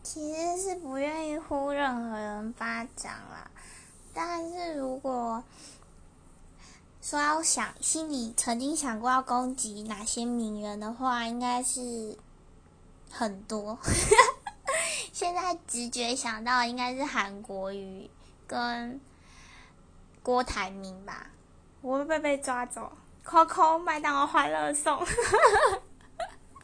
其实是不愿意呼任何人巴掌啦，但是如果说要心里曾经想过要攻击哪些名人的话，应该是很多。现在直觉想到应该是韩国瑜跟郭台铭吧。我会不会被抓走？Coco 麦当劳欢乐颂。